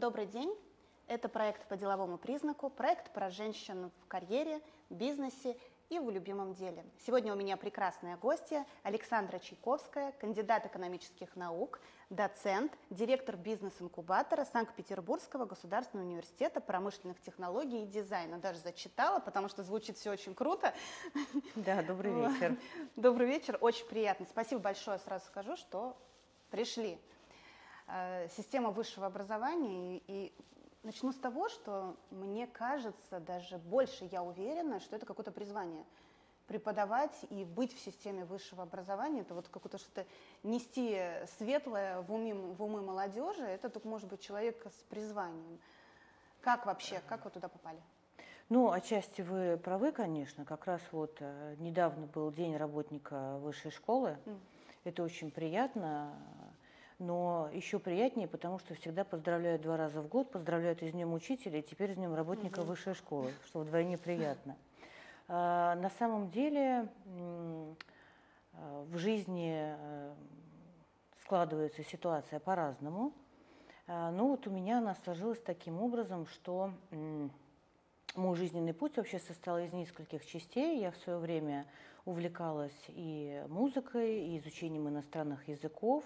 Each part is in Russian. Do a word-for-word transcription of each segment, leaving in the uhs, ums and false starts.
Добрый день. Это проект по деловому признаку, проект про женщин в карьере, бизнесе и в любимом деле. Сегодня у меня прекрасная гостья Александра Чайковская, кандидат экономических наук, доцент, директор бизнес-инкубатора Санкт-Петербургского государственного университета промышленных технологий и дизайна. Даже зачитала, потому что звучит все очень круто. Да, добрый вечер. Добрый вечер, очень приятно. Спасибо большое, сразу скажу, что пришли. Система высшего образования, и начну с того, что мне кажется, даже больше я уверена, что это какое-то призвание. Преподавать и быть в системе высшего образования, это вот какое-то что-то нести светлое в, уме, в умы молодежи, это только может быть человек с призванием. Как вообще, как вы туда попали? Ну, отчасти вы правы, конечно. Как раз вот э, недавно был День работника высшей школы. Mm. Это очень приятно. Но еще приятнее, потому что всегда поздравляют два раза в год, поздравляют и с Днем Учителя, и теперь с Днем работника mm-hmm. высшей школы, что вдвойне приятно. А, на самом деле в жизни складывается ситуация по-разному. А, ну вот у меня она сложилась таким образом, что мой жизненный путь вообще состоял из нескольких частей. Я в свое время увлекалась и музыкой, и изучением иностранных языков.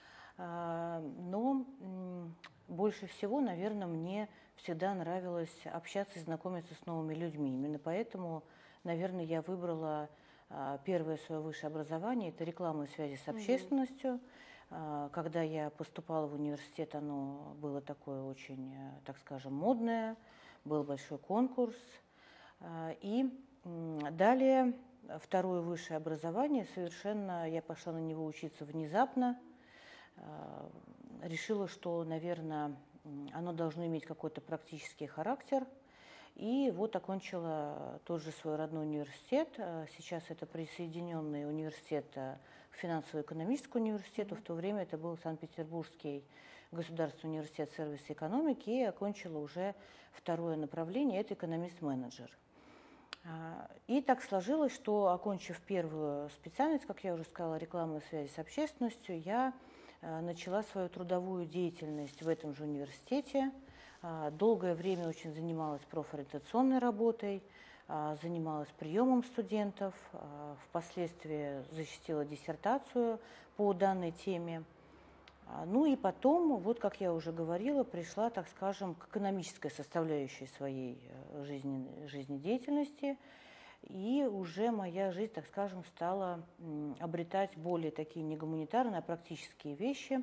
Но больше всего, наверное, мне всегда нравилось общаться и знакомиться с новыми людьми. Именно поэтому, наверное, я выбрала первое свое высшее образование. Это реклама и связи с общественностью. Mm-hmm. Когда я поступала в университет, оно было такое очень, так скажем, модное. Был большой конкурс. И далее второе высшее образование. Совершенно я пошла на него учиться внезапно. Решила, что, наверное, оно должно иметь какой-то практический характер. И вот окончила тот же свой родной университет. Сейчас это присоединенный университет к финансово-экономическому университету. В то время это был Санкт-Петербургский государственный университет сервиса и экономики. И окончила уже второе направление – это экономист-менеджер. И так сложилось, что, окончив первую специальность, как я уже сказала, реклама и связи с общественностью, я начала свою трудовую деятельность в этом же университете. Долгое время очень занималась профориентационной работой, занималась приемом студентов, впоследствии защитила диссертацию по данной теме. Ну и потом, вот как я уже говорила, пришла, так скажем, к экономической составляющей своей жизни, жизнедеятельности. И уже моя жизнь, так скажем, стала обретать более такие не гуманитарные, а практические вещи.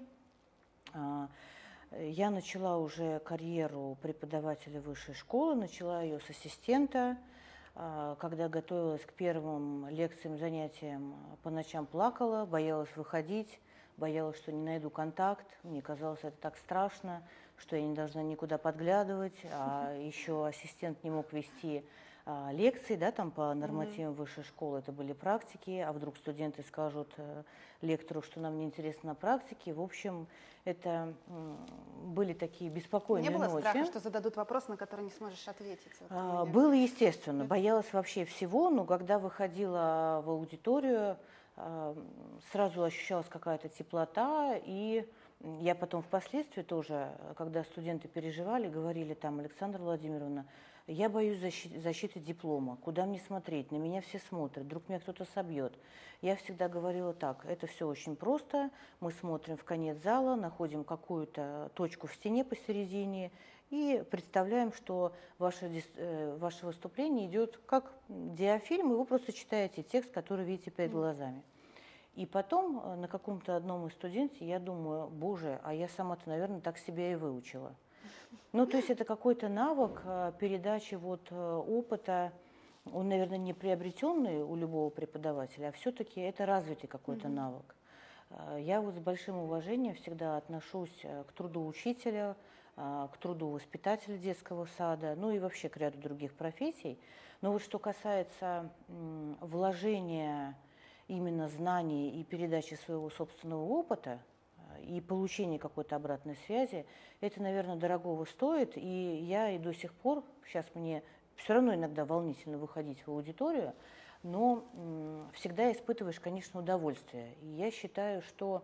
Я начала уже карьеру преподавателя высшей школы, начала ее с ассистента. Когда готовилась к первым лекциям, занятиям, по ночам плакала, боялась выходить, боялась, что не найду контакт. Мне казалось, это так страшно, что я не должна никуда подглядывать, а еще ассистент не мог вести лекции, да, там по нормативам mm-hmm. высшей школы, это были практики, а вдруг студенты скажут э, лектору, что нам не интересно на практике. В общем, это м, были такие беспокойные ночи. Не было страха, что зададут вопрос, на который не сможешь ответить? Вот а, было, естественно, боялась вообще всего, но когда выходила в аудиторию, а, сразу ощущалась какая-то теплота, и я потом впоследствии тоже, когда студенты переживали, говорили там: Александра Владимировна, я боюсь защиты, защиты диплома. Куда мне смотреть? На меня все смотрят. Вдруг меня кто-то собьет. Я всегда говорила так: это все очень просто. Мы смотрим в конец зала, находим какую-то точку в стене посередине и представляем, что ваше, ваше выступление идет как диафильм, и вы просто читаете текст, который видите перед глазами. И потом на каком-то одном из студентов я думаю: боже, а я сама-то, наверное, так себя и выучила. Ну, то есть это какой-то навык передачи вот опыта, он, наверное, не приобретенный у любого преподавателя, а все-таки это развитый какой-то mm-hmm. навык. Я вот с большим уважением всегда отношусь к труду учителя, к труду воспитателя детского сада, ну и вообще к ряду других профессий. Но вот что касается вложения именно знаний и передачи своего собственного опыта, и получение какой-то обратной связи, это, наверное, дорогого стоит. И я и до сих пор, сейчас мне все равно иногда волнительно выходить в аудиторию, но м, всегда испытываешь, конечно, удовольствие. И я считаю, что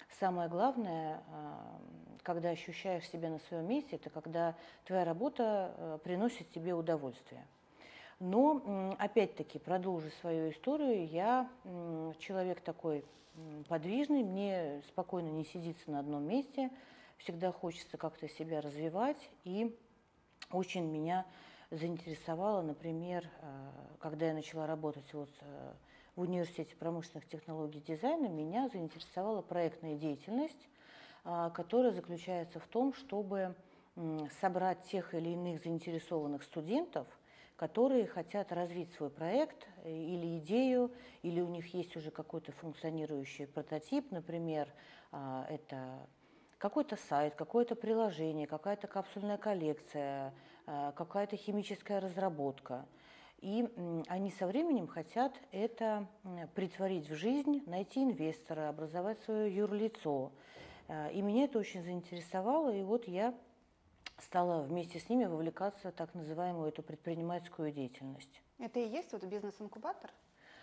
самое главное, когда ощущаешь себя на своем месте, это когда твоя работа приносит тебе удовольствие. Но, опять-таки, продолжу свою историю, я человек такой подвижный, мне спокойно не сидится на одном месте, всегда хочется как-то себя развивать, и очень меня заинтересовало, например, когда я начала работать вот в Университете промышленных технологий и дизайна, меня заинтересовала проектная деятельность, которая заключается в том, чтобы собрать тех или иных заинтересованных студентов, которые хотят развить свой проект или идею, или у них есть уже какой-то функционирующий прототип, например, это какой-то сайт, какое-то приложение, какая-то капсульная коллекция, какая-то химическая разработка. И они со временем хотят это претворить в жизнь, найти инвестора, образовать свое юрлицо. И меня это очень заинтересовало, и вот я стала вместе с ними вовлекаться в так называемую эту предпринимательскую деятельность. Это и есть вот бизнес-инкубатор?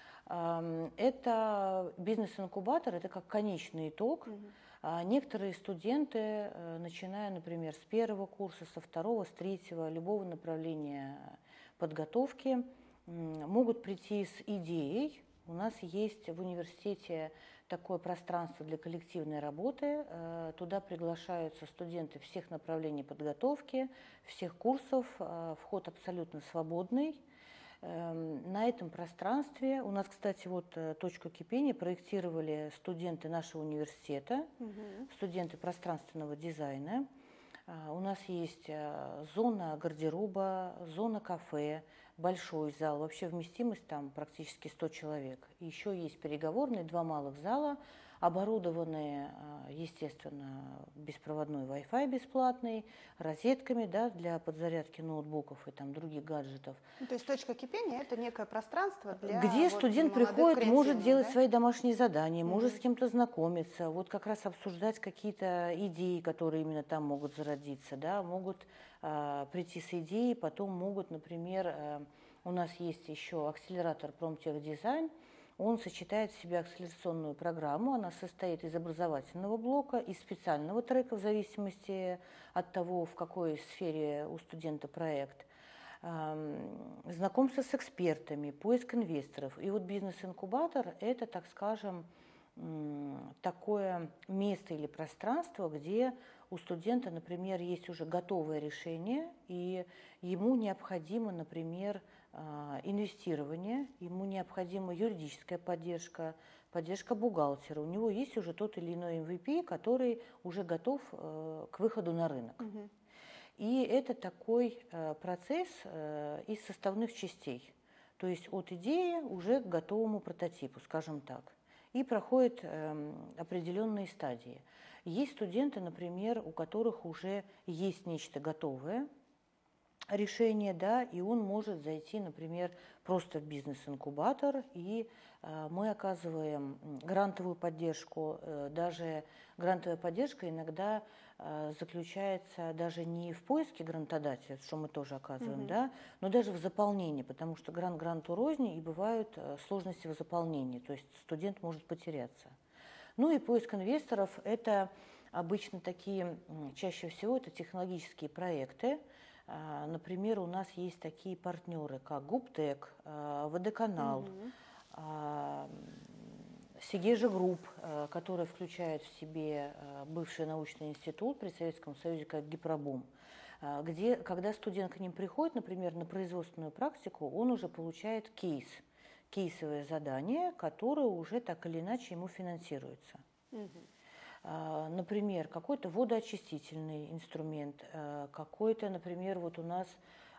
Это бизнес-инкубатор, это как конечный итог. Угу. Некоторые студенты, начиная, например, с первого курса, со второго, с третьего, любого направления подготовки, могут прийти с идеей. У нас есть в университете такое пространство для коллективной работы. Туда приглашаются студенты всех направлений подготовки, всех курсов. Вход абсолютно свободный. На этом пространстве у нас, кстати, вот точку кипения проектировали студенты нашего университета, угу. студенты пространственного дизайна. У нас есть зона гардероба, зона кафе, большой зал, вообще вместимость там практически сто человек. Еще есть переговорные, два малых зала, оборудованные, естественно, беспроводной Wi-Fi бесплатный, розетками, да, для подзарядки ноутбуков и там других гаджетов. Ну, то есть точка кипения – это некое пространство, для где вот студент приходит, может делать да? свои домашние задания, mm-hmm. может с кем-то знакомиться, вот как раз обсуждать какие-то идеи, которые именно там могут зародиться, да, могут э, прийти с идеей, потом могут, например, э, у нас есть еще акселератор Промтехдизайн. Он сочетает в себе акселерационную программу, она состоит из образовательного блока, из специального трека, в зависимости от того, в какой сфере у студента проект, знакомство с экспертами, поиск инвесторов. И вот бизнес-инкубатор – это, так скажем, такое место или пространство, где у студента, например, есть уже готовое решение, и ему необходимо, например, инвестирование, ему необходима юридическая поддержка, поддержка бухгалтера. У него есть уже тот или иной эм ви пи, который уже готов к выходу на рынок. Угу. И это такой процесс из составных частей, то есть от идеи уже к готовому прототипу, скажем так. И проходит определенные стадии. Есть студенты, например, у которых уже есть нечто готовое, решение, да, и он может зайти, например, просто в бизнес-инкубатор, и э, мы оказываем грантовую поддержку. Э, даже грантовая поддержка иногда э, заключается даже не в поиске грантодателя, что мы тоже оказываем, mm-hmm. да, но даже в заполнении, потому что грант гранту рознь, и бывают э, сложности в заполнении, то есть студент может потеряться. Ну и поиск инвесторов – это обычно такие, чаще всего это технологические проекты. Например, у нас есть такие партнеры, как Губтек, Водоканал, mm-hmm. Сегежа Групп, который включает в себе бывший научный институт при Советском Союзе, как Гипробум, где, когда студент к ним приходит, например, на производственную практику, он уже получает кейс, кейсовое задание, которое уже так или иначе ему финансируется. Mm-hmm. Например, какой-то водоочистительный инструмент, какой-то, например, вот у нас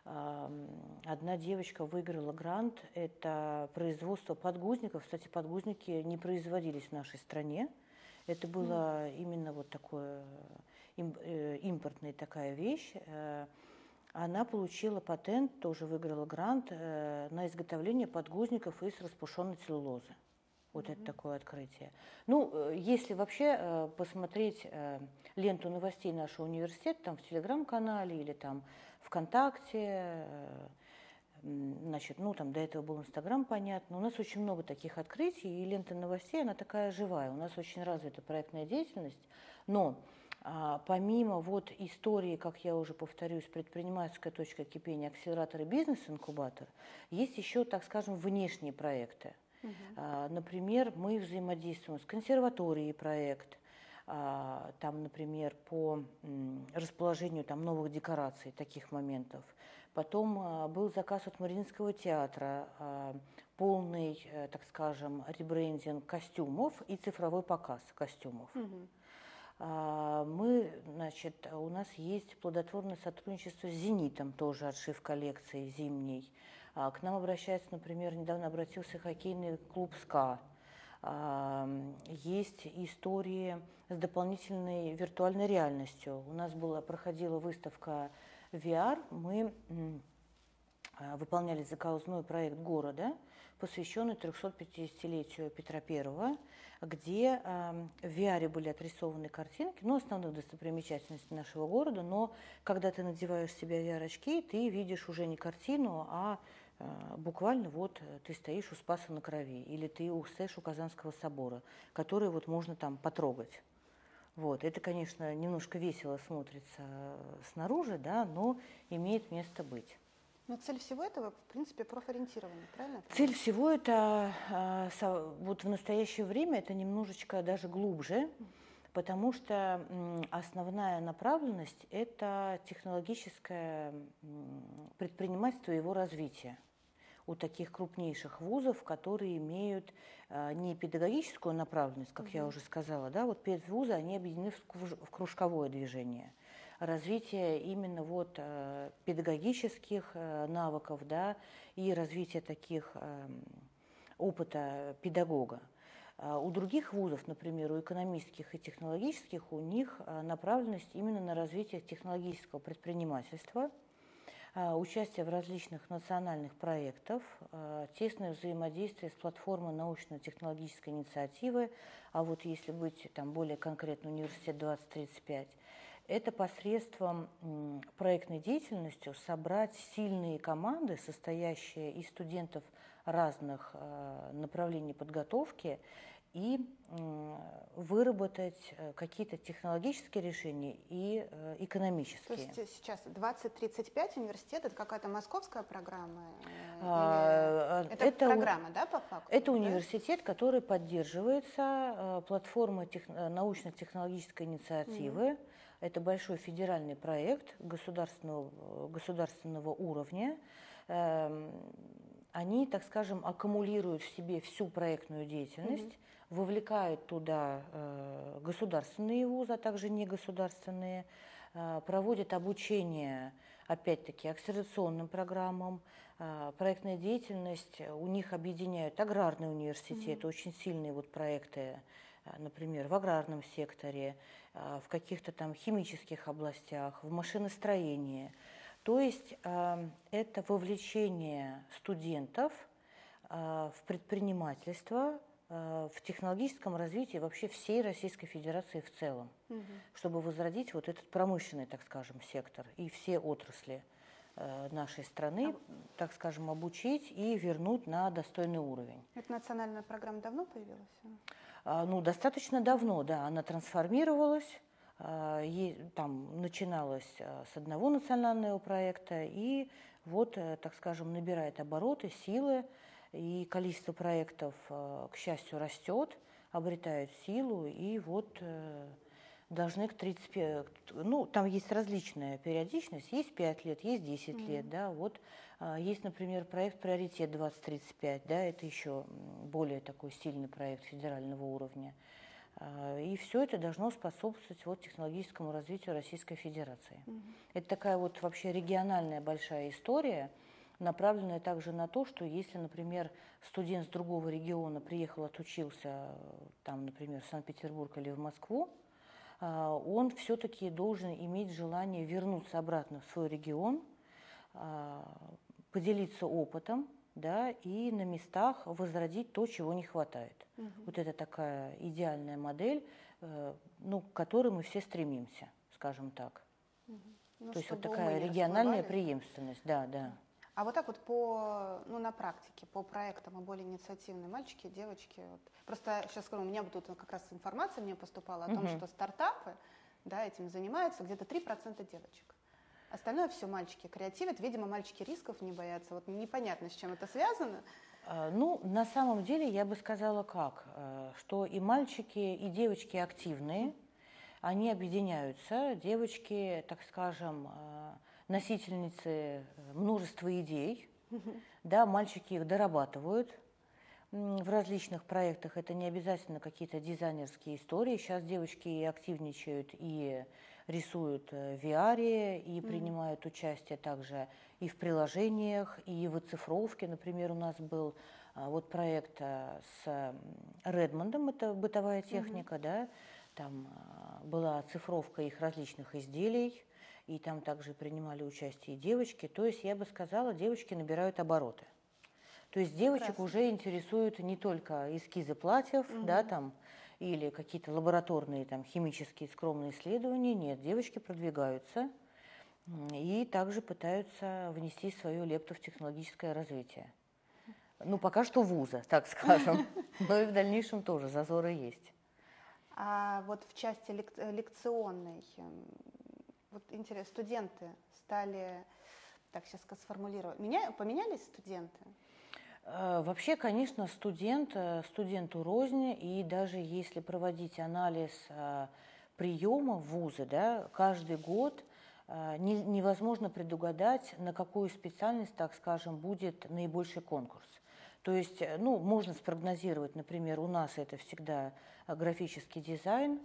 одна девочка выиграла грант, это производство подгузников. Кстати, подгузники не производились в нашей стране, это было mm. именно вот такое импортная такая вещь. Она получила патент, тоже выиграла грант на изготовление подгузников из распушенной целлулозы. Вот mm-hmm. это такое открытие. Ну, если вообще посмотреть ленту новостей нашего университета, там в Телеграм-канале или там ВКонтакте, Значит, ну, там до этого был Инстаграм, понятно. У нас очень много таких открытий, и лента новостей, она такая живая. У нас очень развита проектная деятельность, но а, помимо вот истории, как я уже повторюсь, предпринимательская точка кипения, акселератор и бизнес-инкубатор, есть еще, так скажем, внешние проекты. Uh-huh. а, например, мы взаимодействуем с консерваторией проект, а, там, например, по м, расположению там, новых декораций, таких моментов. Потом а, был заказ от Мариинского театра, а, полный, а, так скажем, ребрендинг костюмов и цифровой показ костюмов. Uh-huh. а, мы, значит, у нас есть плодотворное сотрудничество с «Зенитом», тоже отшив коллекции зимней. А, к нам обращается, например, недавно обратился хоккейный клуб «СКА». А, есть истории с дополнительной виртуальной реальностью. У нас была, проходила выставка ви ар, мы м, выполняли заказной проект города, посвященный трехсот пятидесятилетию Петра Первого, где э, в ви ар были отрисованы картинки, ну, основных достопримечательностей нашего города, но когда ты надеваешь себе ви ар-очки, ты видишь уже не картину, а э, буквально вот ты стоишь у Спаса на Крови, или ты стоишь у Казанского собора, который вот можно там потрогать. Вот. Это, конечно, немножко весело смотрится снаружи, да, но имеет место быть. Но цель всего этого, в принципе, профориентирование, правильно? Цель всего это, вот в настоящее время, это немножечко даже глубже, потому что основная направленность – это технологическое предпринимательство и его развитие у таких крупнейших вузов, которые имеют не педагогическую направленность, как угу. я уже сказала, да, вот педвузы, они объединены в кружковое движение. Развитие именно вот э, педагогических э, навыков, да, и развитие таких э, опыта педагога. А у других вузов, например, у экономических и технологических, у них э, направленность именно на развитие технологического предпринимательства, э, участие в различных национальных проектах, э, тесное взаимодействие с платформой научно-технологической инициативы, а вот если быть там более конкретно университет двадцать тридцать пять, это посредством проектной деятельности собрать сильные команды, состоящие из студентов разных направлений подготовки, и выработать какие-то технологические решения и экономические. То есть сейчас двадцать тридцать пять университет, это какая-то московская программа? А, это, это программа, да, по факту? Это да? университет, который поддерживается платформой тех, научно-технологической инициативы. Mm-hmm. Это большой федеральный проект государственного, государственного уровня. Они, так скажем, аккумулируют в себе всю проектную деятельность, mm-hmm. вовлекают туда государственные вузы, а также негосударственные, проводят обучение, опять-таки, акселерационным программам. Проектная деятельность у них объединяют аграрный университет, mm-hmm. очень сильные вот проекты, например, в аграрном секторе, в каких-то там химических областях, в машиностроении. То есть это вовлечение студентов в предпринимательство, в технологическом развитии вообще всей Российской Федерации в целом, угу. чтобы возродить вот этот промышленный, так скажем, сектор и все отрасли нашей страны, а... так скажем, обучить и вернуть на достойный уровень. Эта национальная программа давно появилась? Ну, достаточно давно, да, она трансформировалась, там начиналась с одного национального проекта и вот, так скажем, набирает обороты, силы, и количество проектов, к счастью, растет, обретает силу, и вот должны к тридцать пять, ну, там есть различная периодичность, есть пять лет, есть десять mm-hmm. лет, да, вот есть, например, проект «Приоритет двадцать тридцать пять», да, это еще более такой сильный проект федерального уровня, и все это должно способствовать вот технологическому развитию Российской Федерации. Mm-hmm. Это такая вот вообще региональная большая история, направленная также на то, что если, например, студент с другого региона приехал, отучился, там, например, в Санкт-Петербург или в Москву, он все-таки должен иметь желание вернуться обратно в свой регион, поделиться опытом, да, и на местах возродить то, чего не хватает. Угу. Вот это такая идеальная модель, ну, к которой мы все стремимся, скажем так. Угу. Ну, то есть вот такая региональная преемственность, да, да. А вот так вот по, ну, на практике, по проектам и более инициативные мальчики, девочки. Вот. Просто сейчас скажу, у меня вот тут как раз информация мне поступала о том, Мгм. что стартапы, да, этим занимаются где-то три процента девочек. Остальное все мальчики креативят. Видимо, мальчики рисков не боятся. Вот непонятно, с чем это связано. А, Ну, на самом деле, я бы сказала как, э, что и мальчики, и девочки активные, они объединяются. Девочки, так скажем, э, носительницы множества идей, да, мальчики их дорабатывают м, в различных проектах. Это не обязательно какие-то дизайнерские истории. Сейчас девочки и активничают и рисуют э, в ви ар, и принимают участие также и в приложениях, и в оцифровке. Например, у нас был а, вот проект а, с Редмондом, это бытовая техника, да, там а, была оцифровка их различных изделий, и там также принимали участие и девочки. То есть, я бы сказала, девочки набирают обороты. То есть девочек Прекрасно. уже интересуют не только эскизы платьев, да, там, или какие-то лабораторные там, химические скромные исследования. Нет, девочки продвигаются м, и также пытаются внести свою лепту в технологическое развитие. Ну, пока что вуза, так скажем, но и в дальнейшем тоже зазоры есть. А вот в части лек- лекционной, эм, вот интересно, студенты стали, так сейчас сформулирую, меня, поменялись студенты? Э, Вообще, конечно, студент, э, студенту рознь, и даже если проводить анализ э, приема в вузы, да, каждый год э, не- невозможно предугадать, на какую специальность, так скажем, будет наибольший конкурс. То есть, э, ну, можно спрогнозировать, например, у нас это всегда э, графический дизайн.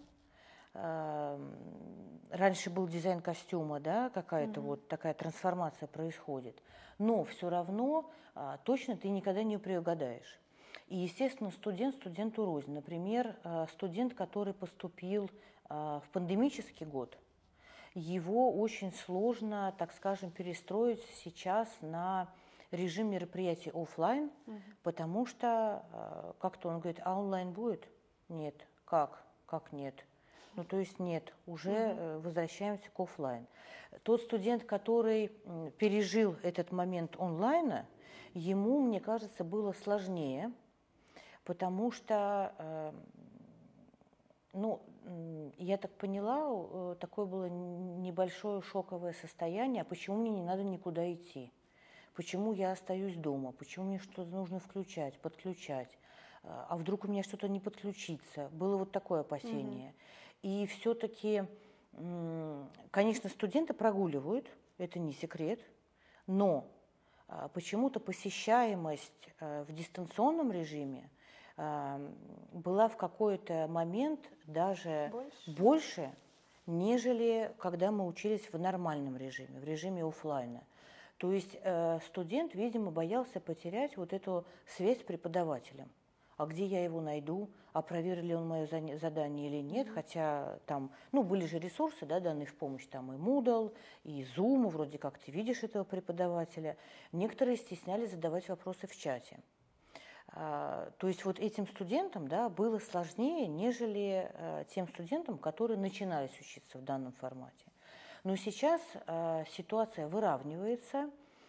Эм, Раньше был дизайн костюма, да, какая-то вот такая трансформация происходит. Но все равно а, точно ты никогда не предугадаешь. И, естественно, студент студенту рознь. Например, а, студент, который поступил а, в пандемический год, его очень сложно, так скажем, перестроить сейчас на режим мероприятий оффлайн, потому что а, как-то он говорит, а онлайн будет? Нет. Как? Как нет? Ну, то есть нет, уже э, возвращаемся к оффлайн. Тот студент, который м, пережил этот момент онлайна, ему, мне кажется, было сложнее, потому что, э, ну, м, я так поняла, э, такое было н- небольшое шоковое состояние, а почему мне не надо никуда идти? Почему я остаюсь дома? Почему мне что-то нужно включать, подключать? А а вдруг у меня что-то не подключится? Было вот такое опасение. И все-таки, м, конечно, студенты прогуливают, это не секрет, но а, почему-то посещаемость а, в дистанционном режиме а, была в какой-то момент даже Больше? больше, нежели когда мы учились в нормальном режиме, в режиме оффлайна. То есть э, студент, видимо, боялся потерять вот эту связь с преподавателем. А где я его найду? А проверил ли он мое задание или нет? Mm-hmm. Хотя там, ну, были же ресурсы, да, данные в помощь, там и Moodle, и Zoom, вроде как ты видишь этого преподавателя. Некоторые стеснялись задавать вопросы в чате. А, то есть вот этим студентам, да, было сложнее, нежели а, тем студентам, которые начинались учиться в данном формате. Но сейчас э, ситуация выравнивается,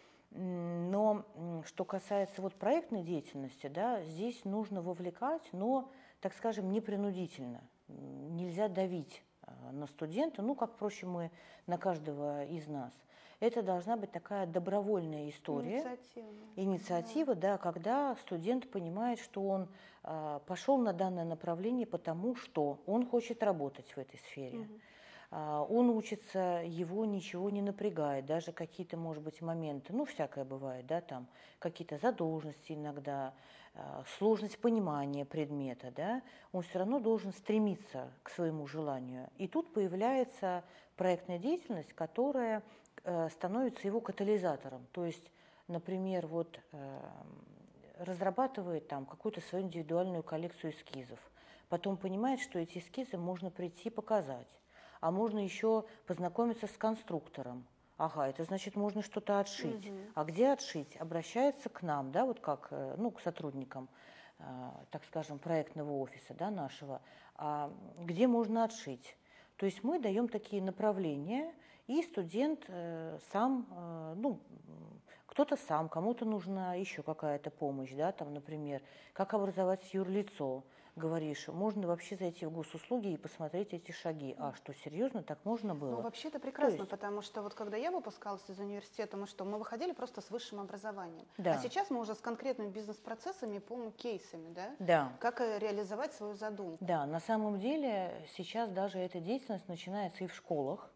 но что касается вот проектной деятельности, да, здесь нужно вовлекать, но, так скажем, непринудительно. Нельзя давить э, на студента, ну, как, впрочем, мы на каждого из нас. Это должна быть такая добровольная история, Инициатива. инициатива, да, когда студент понимает, что он э, пошел на данное направление, потому что он хочет работать в этой сфере. Угу. Он учится, его ничего не напрягает, даже какие-то, может быть, моменты, ну, всякое бывает, да, там, какие-то задолженности иногда, сложность понимания предмета, да, он все равно должен стремиться к своему желанию. И тут появляется проектная деятельность, которая становится его катализатором. То есть, например, вот разрабатывает там какую-то свою индивидуальную коллекцию эскизов, потом понимает, что эти эскизы можно прийти показать. А можно еще познакомиться с конструктором. Ага, это значит, можно что-то отшить. Угу. А где отшить? Обращается к нам, да, вот как, ну, к сотрудникам, так скажем, проектного офиса, да, нашего. А где можно отшить? То есть мы даем такие направления, и студент сам, ну, Кто-то сам, кому-то нужна еще какая-то помощь, да, там, например, как образовать юрлицо. Говоришь, можно вообще зайти в госуслуги и посмотреть эти шаги. А что, серьезно, так можно было? Ну, вообще это То прекрасно, есть, потому что вот когда я выпускалась из университета, мы что, мы выходили просто с высшим образованием. А да, сейчас мы уже с конкретными бизнес-процессами, полными кейсами, да? да. Как э, реализовать свою задумку. Да, на самом деле сейчас даже эта деятельность начинается и в школах.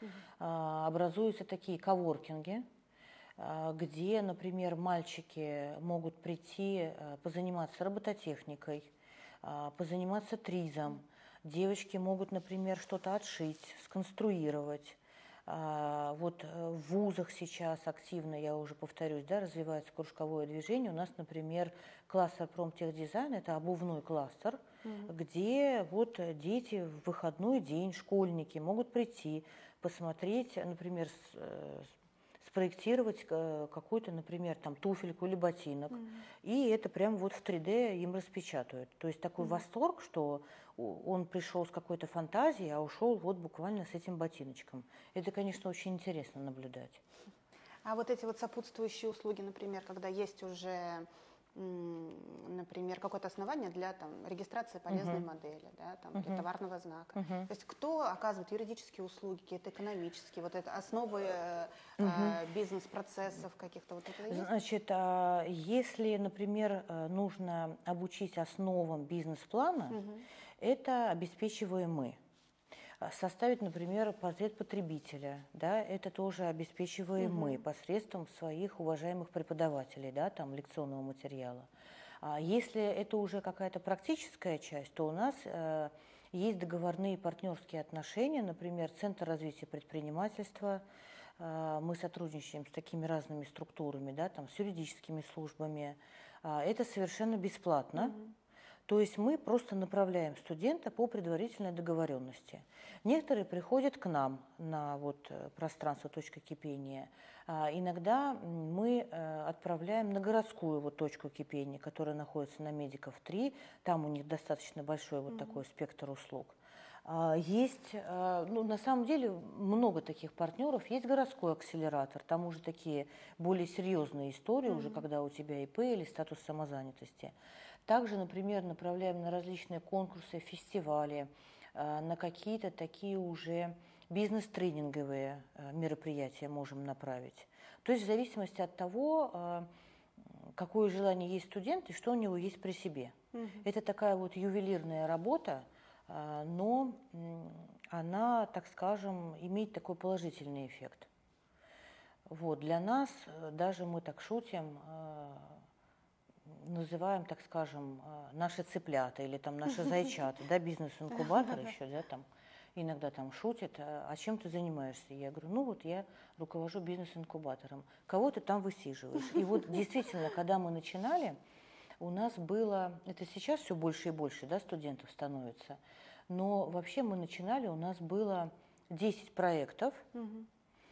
А, Образуются такие коворкинги, а, где, например, мальчики могут прийти, а, позаниматься робототехникой, а, позаниматься тризом. Девочки могут, например, что-то отшить, сконструировать. А, Вот э, в вузах сейчас активно, я уже повторюсь, да, развивается кружковое движение. У нас, например, кластер промтехдизайн – это обувной кластер, где вот э, дети в выходной день, школьники могут прийти, посмотреть, например, с- э, спроектировать э, какую-то, например, там туфельку или ботинок, и это прям вот в три дэ им распечатают. То есть такой восторг, что у- он пришел с какой-то фантазией, а ушел вот буквально с этим ботиночком. Это, конечно, очень интересно наблюдать. А вот эти вот сопутствующие услуги, например, когда есть уже, м, например, какое-то основание для там, регистрации полезной Мгм. модели, да, там, или Мгм. товарного знака. Мгм. То есть кто оказывает юридические услуги, какие-то экономические, вот это основы э, Мгм. э, бизнес-процессов каких-то, вот это есть? Значит, а, если, например, э, нужно обучить основам бизнес-плана, Мгм. это обеспечиваем мы. А, Составить, например, портрет потребителя, да, это тоже обеспечиваем мы Мгм. посредством своих уважаемых преподавателей, да, там, лекционного материала. А если это уже какая-то практическая часть, то у нас э, есть договорные партнерские отношения, например, Центр развития предпринимательства. Э, мы сотрудничаем с такими разными структурами, да, там, с юридическими службами. А, это совершенно бесплатно. Мгм. То есть мы просто направляем студента по предварительной договоренности. Некоторые приходят к нам на вот э, пространство «Точка кипения». А иногда м, мы э, отправляем на городскую вот точку кипения, которая находится на Медиков три. Там у них достаточно большой вот такой спектр услуг. А, Есть, э, ну, на самом деле, много таких партнеров. Есть городской акселератор, там уже такие более серьезные истории, уже когда у тебя и пэ или статус самозанятости. Также, например, направляем на различные конкурсы, фестивали, э, на какие-то такие уже бизнес-тренинговые э, мероприятия можем направить. То есть в зависимости от того, э, какое желание есть студент и что у него есть при себе. Это такая вот ювелирная работа, а, но м, она, так скажем, имеет такой положительный эффект. Вот, для нас, э, даже мы так шутим, э, называем, так скажем, э, наши цыплята или там наши зайчата, да, бизнес-инкубатор еще, да, там иногда там шутят, а а чем ты занимаешься? Я говорю, ну вот я руковожу бизнес-инкубатором. Кого ты там высиживаешь? И вот действительно, когда мы начинали, у нас было, это сейчас все больше и больше, да, студентов становится, но вообще мы начинали, у нас было десять проектов, Мгм.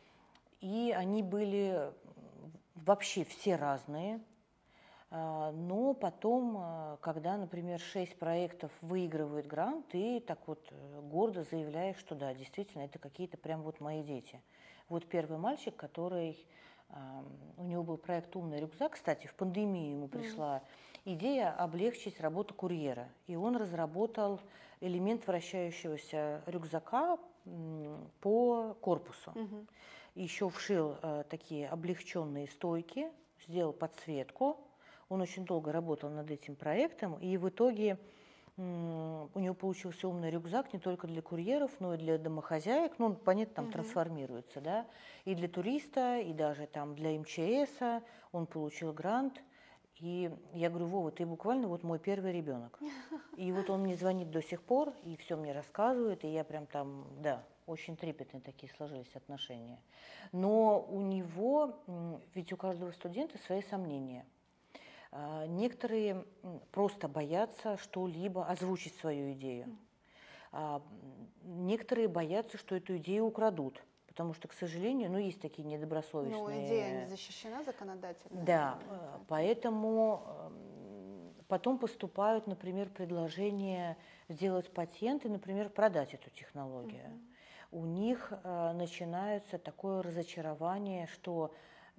и они были вообще все разные. А, Но потом, а, когда, например, шесть проектов выигрывают грант, ты так вот э, гордо заявляешь, что да, действительно, это какие-то прям вот мои дети. Вот первый мальчик, который, ам, у него был проект «Умный рюкзак», кстати, в пандемию ему пришла идея облегчить работу курьера. И он разработал элемент вращающегося рюкзака м, по корпусу. Мгм. Еще вшил э, такие облегченные стойки, сделал подсветку. Он очень долго работал над этим проектом, и в итоге м, у него получился умный рюкзак не только для курьеров, но и для домохозяек. Ну, он, понятно, там трансформируется, да, и для туриста, и даже там для эм че эса. Он получил грант. И я говорю, Вова, ты буквально вот мой первый ребенок. И вот он мне звонит до сих пор, и все мне рассказывает, и я прям там, да, очень трепетные такие сложились отношения. Но у него, м, ведь у каждого студента свои сомнения. А, Некоторые м, просто боятся что-либо озвучить свою идею. А, м, Некоторые боятся, что эту идею украдут, потому что, к сожалению, ну, есть такие Ну, идея не недобросовестные. защищена законодательно. Да, и э, поэтому- поэтому эм, потом поступают, например, предложения сделать патент и, например, продать эту технологию. У них э, начинается такое разочарование, что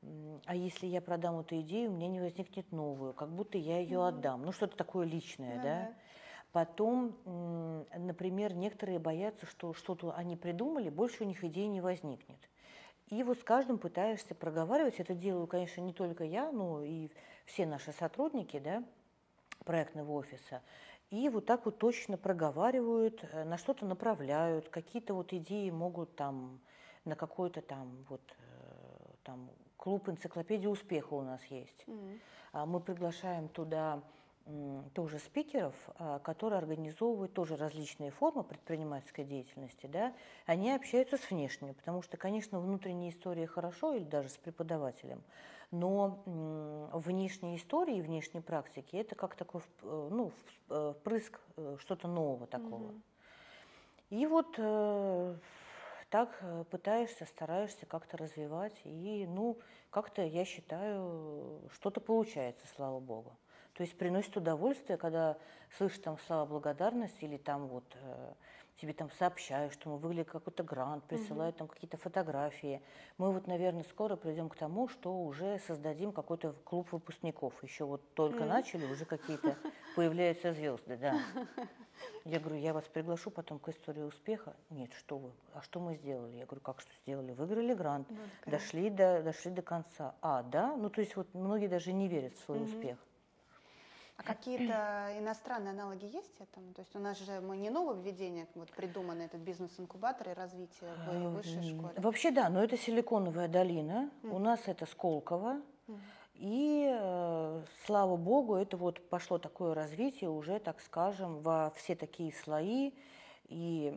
а если я продам эту идею, у меня не возникнет новую, как будто я ее mm-hmm. отдам. Ну, что-то такое личное, mm-hmm. да. Потом, например, некоторые боятся, что что-то они придумали, больше у них идеи не возникнет. И вот с каждым пытаешься проговаривать. Это делаю, конечно, не только я, но и все наши сотрудники, да, проектного офиса. И вот так вот точно проговаривают, на что-то направляют, какие-то вот идеи могут там на какой-то там вот там клуб энциклопедии успеха у нас есть. Mm-hmm. Мы приглашаем туда тоже спикеров, которые организовывают тоже различные формы предпринимательской деятельности, да, они общаются с внешними, потому что, конечно, внутренняя история хорошо, или даже с преподавателем, но внешние истории, внешние практики – это как такой, ну, впрыск что-то нового такого. Mm-hmm. И вот э, так пытаешься, стараешься как-то развивать, и, ну, как-то, я считаю, что-то получается, слава богу. То есть приносит удовольствие, когда слышишь там слова благодарности или там вот э, тебе там сообщают, что мы выиграли какой-то грант, присылают mm-hmm. там какие-то фотографии. Мы вот, наверное, скоро придем к тому, что уже создадим какой-то клуб выпускников. Еще вот только mm-hmm. начали, уже какие-то появляются звезды, да. Я говорю, я вас приглашу потом к истории успеха. Нет, что вы, а что мы сделали? Я говорю, как что сделали? Выиграли грант, ну, дошли до, дошли до конца. А, да? Ну, то есть вот многие даже не верят в свой mm-hmm. успех. А какие-то иностранные аналоги есть этому? То есть у нас же мы не нововведение, вот придуманы этот бизнес-инкубатор и развитие в высшей школе. Вообще да, но это Силиконовая долина, mm. у нас это Сколково, mm. и, э, слава богу, это вот пошло такое развитие уже, так скажем, во все такие слои, и,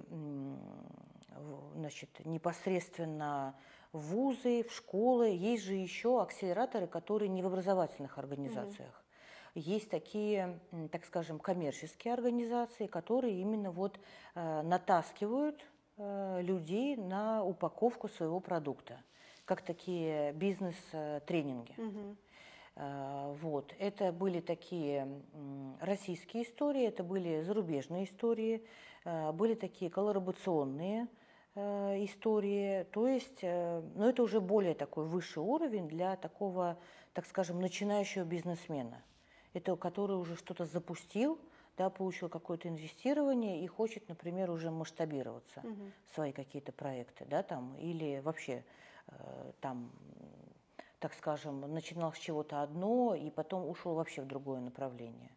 значит, непосредственно в вузы, в школы. Есть же еще акселераторы, которые не в образовательных организациях. Mm. Есть такие, так скажем, коммерческие организации, которые именно вот э, натаскивают э, людей на упаковку своего продукта, как такие бизнес-тренинги. Mm-hmm. э, вот. Это были такие э, российские истории, это были зарубежные истории, э, были такие коллаборационные э, истории. То есть, э, ну, это уже более такой высший уровень для такого, так скажем, начинающего бизнесмена. Это который уже что-то запустил, да, получил какое-то инвестирование и хочет, например, уже масштабироваться, угу. свои какие-то проекты, да, там, или вообще э, там, так скажем, начинал с чего-то одно и потом ушел вообще в другое направление.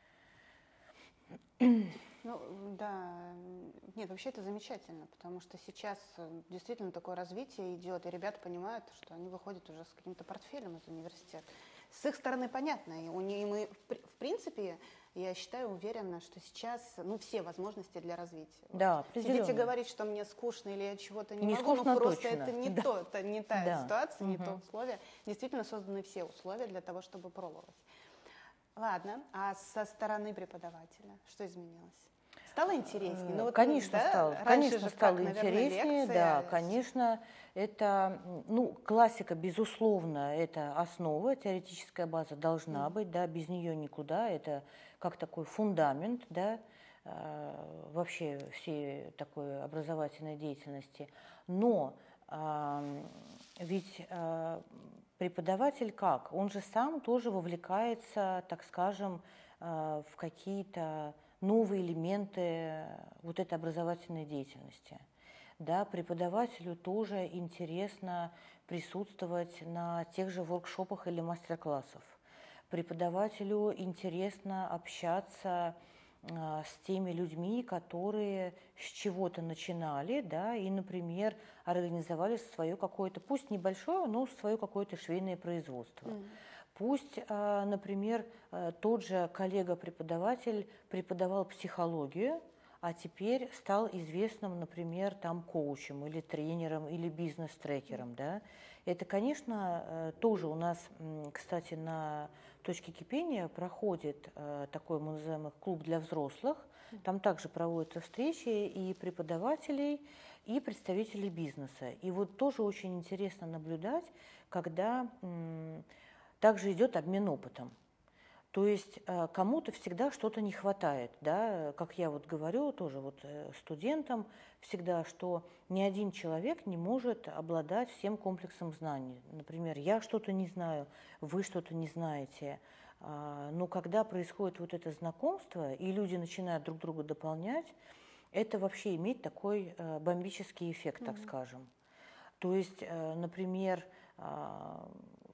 Ну, да, нет, вообще это замечательно, потому что сейчас действительно такое развитие идет, и ребята понимают, что они выходят уже с каким-то портфелем из университета. С их стороны понятно, и у них, мы, в принципе, я считаю, уверена, что сейчас, ну, все возможности для развития. Да, определенно. Сидите говорить, что мне скучно или я чего-то не, не могу, скучно, но просто точно. это не, да. то, это не та да. ситуация, не угу. то условие. Действительно созданы все условия для того, чтобы пробовать. Ладно, а со стороны преподавателя что изменилось? Стало интереснее? Ну, вот, конечно, да, стало, конечно, стало как, интереснее, наверное, да, конечно, это, ну, классика, безусловно, это основа, теоретическая база должна mm. быть, да, без нее никуда, это как такой фундамент, да, э, вообще всей такой образовательной деятельности, но э, ведь э, преподаватель как? Он же сам тоже вовлекается, так скажем, э, в какие-то новые элементы вот этой образовательной деятельности. Да, преподавателю тоже интересно присутствовать на тех же воркшопах или мастер-классах. Преподавателю интересно общаться а, с теми людьми, которые с чего-то начинали, да, и, например, организовали свое какое-то, пусть небольшое, но свое какое-то швейное производство. Mm. Пусть, например, тот же коллега-преподаватель преподавал психологию, а теперь стал известным, например, там, коучем или тренером или бизнес-трекером. Да? Это, конечно, тоже у нас, кстати, на точке кипения проходит такой, мы называем их, клуб для взрослых. Там также проводятся встречи и преподавателей, и представителей бизнеса. И вот тоже очень интересно наблюдать, когда также идет обмен опытом. То есть э, кому-то всегда что-то не хватает, да, как я вот говорю тоже вот э, студентам всегда, что ни один человек не может обладать всем комплексом знаний. Например, я что-то не знаю, вы что-то не знаете. А, но когда происходит вот это знакомство, и люди начинают друг друга дополнять, это вообще имеет такой э, бомбический эффект, так Мгм. скажем. То есть, э, например, а,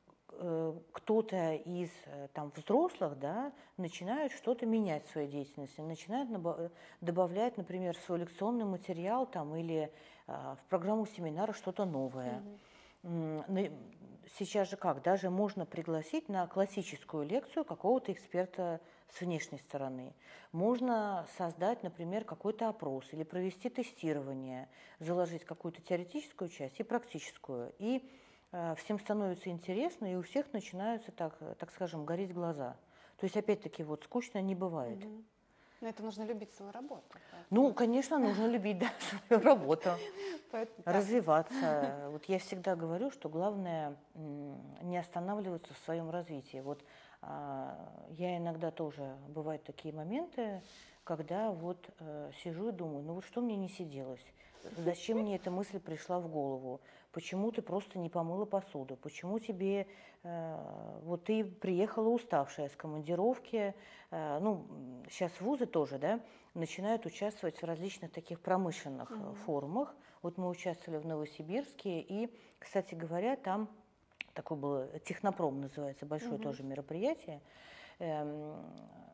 э, кто-то из э, там, взрослых, да, начинает что-то менять в своей деятельности, начинает набо- э, добавлять, например, в свой лекционный материал там, или а, в программу семинара что-то новое. Мгм. М, ну, и Сейчас же как, даже можно пригласить на классическую лекцию какого-то эксперта с внешней стороны. Можно создать, например, какой-то опрос или провести тестирование, заложить какую-то теоретическую часть и практическую. И э, всем становится интересно, и у всех начинаются, так, э, так скажем, гореть глаза. То есть, опять-таки, вот скучно не бывает. Мгм. Но это нужно любить свою работу. Ну, поэтому- конечно, нужно любить, да, свою работу. поэтому так. Развиваться. Вот я всегда говорю, что главное м, не останавливаться в своем развитии. Вот а, я иногда тоже, бывают такие моменты, когда вот э, сижу и думаю, ну вот что мне не сиделось? Зачем мне эта мысль пришла в голову? Почему ты просто не помыла посуду? Почему тебе, э, вот ты приехала уставшая с командировки, э, ну, сейчас вузы тоже, да, начинают участвовать в различных таких промышленных э, Мгм. форумах. Вот мы участвовали в Новосибирске, и, кстати говоря, там такой был технопром, называется, большое Мгм. тоже мероприятие. Эм,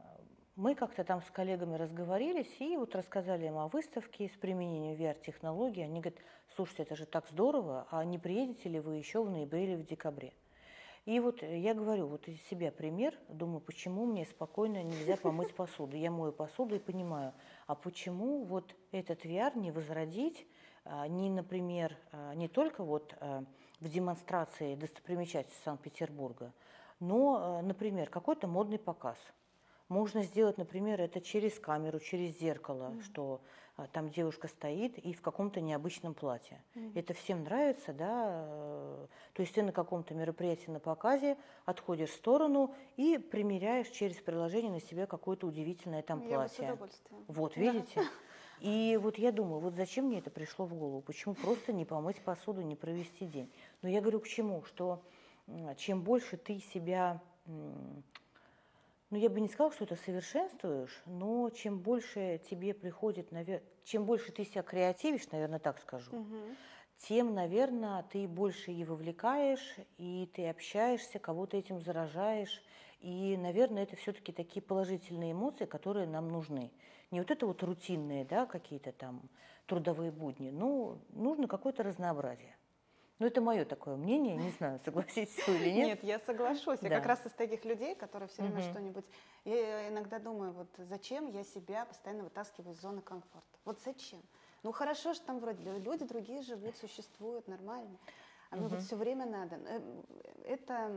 Мы как-то там с коллегами разговорились и вот рассказали им о выставке с применением ви ар-технологий. Они говорят, слушайте, это же так здорово, а не приедете ли вы еще в ноябре или в декабре? И вот я говорю, вот из себя пример, думаю, почему мне спокойно нельзя помыть посуду. Я мою посуду и понимаю, а почему вот этот ви ар не возродить, а, не, например, а, не только вот а, в демонстрации достопримечательностей Санкт-Петербурга, но, а, например, какой-то модный показ. Можно сделать, например, это через камеру, через зеркало, Мгм. что а, там девушка стоит и в каком-то необычном платье. Мгм. Это всем нравится, да? э, То есть ты на каком-то мероприятии на показе отходишь в сторону и примеряешь через приложение на себя какое-то удивительное там Я бы с платье. удовольствием. Вот, Да. видите? И вот я думаю, вот зачем мне это пришло в голову? Почему просто не помыть посуду, не провести день? Но я говорю к чему? Что м, чем больше ты себя м, ну, я бы не сказала, что это совершенствуешь, но чем больше тебе приходит, навер- чем больше ты себя креативишь, наверное, так скажу, Мгм. тем, наверное, ты больше и вовлекаешь, и ты общаешься, кого-то этим заражаешь. И, наверное, это все-таки такие положительные эмоции, которые нам нужны. Не вот это вот рутинные, да, какие-то там трудовые будни, но нужно какое-то разнообразие. Ну, это мое такое мнение, не знаю, согласитесь вы или нет. Нет, я соглашусь. Я как Да. раз из таких людей, которые все время Мгм. что-нибудь... Я иногда думаю, вот зачем я себя постоянно вытаскиваю из зоны комфорта? Вот зачем? Ну хорошо, что там вроде люди другие живут, существуют нормально. А мне вот Мгм. все время надо. Э, Это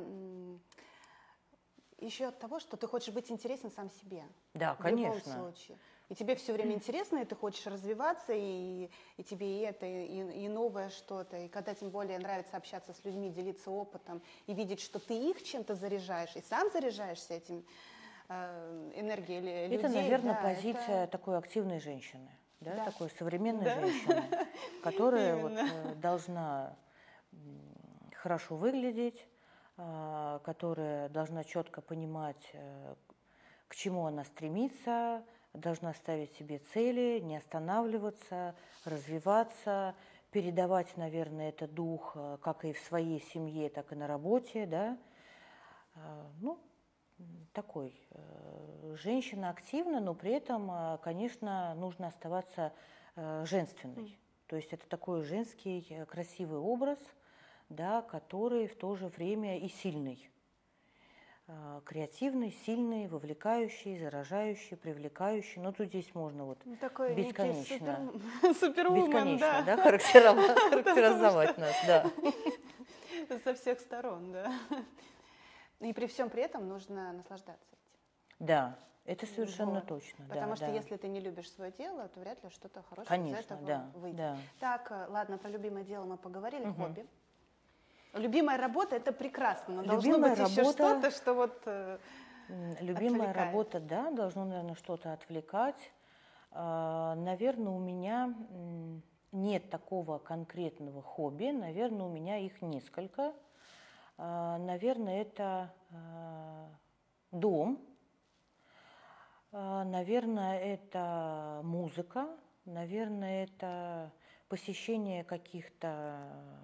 еще от того, что ты хочешь быть интересен сам себе. Да, В любом конечно. случае. И тебе все время интересно, и ты хочешь развиваться, и, и тебе и это, и, и новое что-то. И когда тем более нравится общаться с людьми, делиться опытом, и видеть, что ты их чем-то заряжаешь, и сам заряжаешься этим э, энергией ле- Это, людей. наверное, Да, позиция это... такой активной женщины, да, Да, такой современной да, женщины, которая вот именно. э, должна м, хорошо выглядеть, а, которая должна четко понимать, э, к чему она стремится, должна ставить себе цели, не останавливаться, развиваться, передавать, наверное, этот дух э, как и в своей семье, так и на работе, да. А, Ну, м, такой э, женщина активна, но при этом, э, конечно, нужно оставаться э, женственной. То есть это такой женский э, красивый образ, да, который в то же время и сильный. Э, Креативный, сильный, вовлекающий, заражающий, привлекающий. Ну, тут здесь можно вот Ну, такой некий супер, бесконечно, супервумен, бесконечно, да. да, характеризовать, Потому что характеризовать нас, да. со всех сторон, да. И при всем при этом нужно наслаждаться этим. Да, это совершенно Вот. точно, да, Потому что да. если ты не любишь свое дело, то вряд ли что-то хорошее из Конечно, этого да, выйдет. да. Так, э, ладно, про любимое дело мы поговорили, Мгм. хобби. Любимая работа – это прекрасно, но должно Любимая быть еще работа. что-то, что вот… э, Любимая отвлекает? работа, да, должно, наверное, что-то отвлекать. Наверное, у меня нет такого конкретного хобби, наверное, у меня их несколько. Наверное, это дом, наверное, это музыка, наверное, это посещение каких-то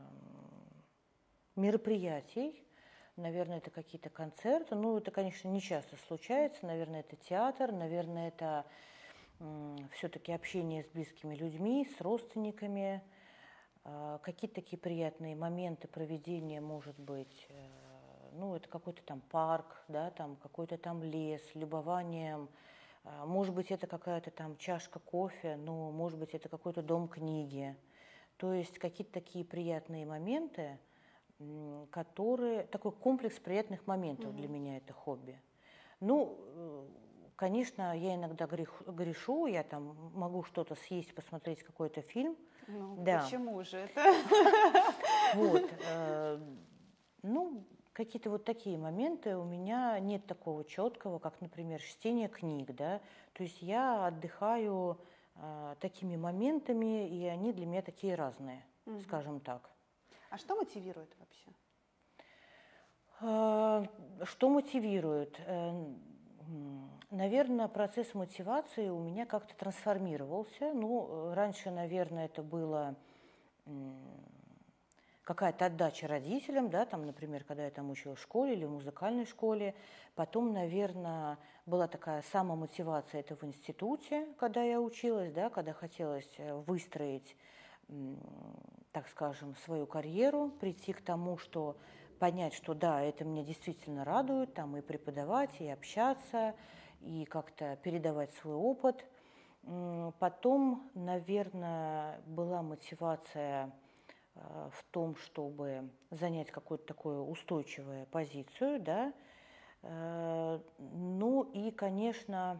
мероприятий, наверное, это какие-то концерты. Ну, это, конечно, не часто случается. Наверное, это театр, наверное, это все-таки общение с близкими людьми, с родственниками, какие-то такие приятные моменты проведения, может быть, ну, это какой-то там парк, да, там какой-то там лес, любованием, может быть, это какая-то там чашка кофе, но, может быть, это какой-то дом книги. То есть какие-то такие приятные моменты, которые, такой комплекс приятных моментов mm-hmm. для меня это хобби. Ну, конечно, я иногда грех, грешу, я там могу что-то съесть, посмотреть какой-то фильм. Ну, да. Почему же это? Вот. Э, ну, какие-то вот такие моменты. У меня нет такого четкого, как, например, чтение книг, да. То есть я отдыхаю э, такими моментами, и они для меня такие разные, mm-hmm. скажем так. А что мотивирует вообще? Э, что мотивирует? Э, Наверное, процесс мотивации у меня как-то трансформировался. Ну, раньше, наверное, это было какая-то отдача родителям, да, там, например, когда я там училась в школе или в музыкальной школе. Потом, наверное, была такая самомотивация, это в институте, когда я училась, да, когда хотелось выстроить, так скажем, свою карьеру, прийти к тому, что понять, что да, это меня действительно радует, там и преподавать, и общаться, и как-то передавать свой опыт. Потом, наверное, была мотивация в том, чтобы занять какую-то такую устойчивую позицию, да. Ну и, конечно,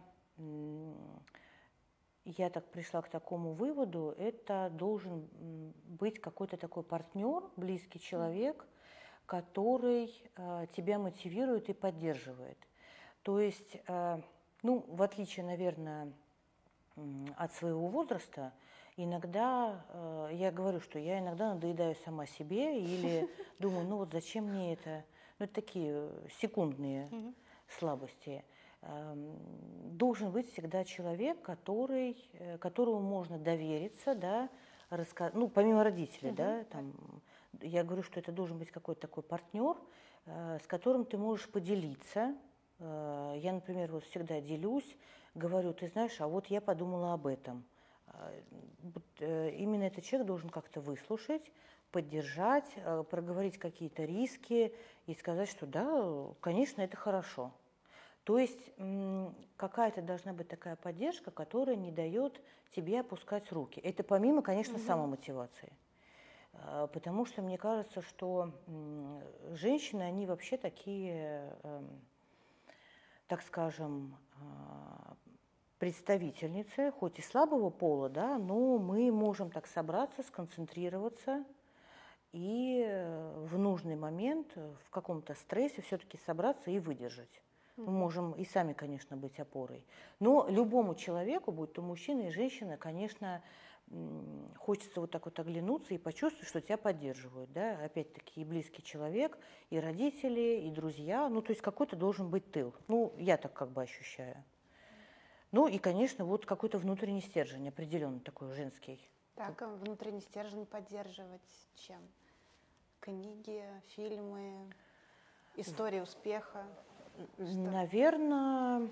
я так пришла к такому выводу, это должен быть какой-то такой партнер, близкий человек, который тебя мотивирует и поддерживает. То есть, ну, в отличие, наверное, от своего возраста, иногда э, я говорю, что я иногда надоедаю сама себе или думаю, ну вот зачем мне это? Ну, это такие секундные mm-hmm. слабости. Э, должен быть всегда человек, который, которому можно довериться, да, раска... ну, помимо родителей, mm-hmm. да, там, я говорю, что это должен быть какой-то такой партнер, э, с которым ты можешь поделиться. Э, я, например, вот всегда делюсь, говорю, ты знаешь, а вот я подумала об этом. Именно этот человек должен как-то выслушать, поддержать, проговорить какие-то риски и сказать, что да, конечно, это хорошо. То есть какая-то должна быть такая поддержка, которая не дает тебе опускать руки. Это помимо, конечно, угу. самомотивации. Потому что мне кажется, что женщины, они вообще такие, так скажем, представительницы, хоть и слабого пола, да, но мы можем так собраться, сконцентрироваться и в нужный момент, в каком-то стрессе все-таки собраться и выдержать. Mm-hmm. Мы можем и сами, конечно, быть опорой. Но любому человеку, будь то мужчина и женщина, конечно, хочется вот так вот оглянуться и почувствовать, что тебя поддерживают. Да? Опять-таки и близкий человек, и родители, и друзья. Ну, то есть какой-то должен быть тыл. Ну, я так как бы ощущаю. Ну и, конечно, вот какой-то внутренний стержень, определенный такой женский. Так, внутренний стержень поддерживать чем? Книги, фильмы, истории успеха? Наверное,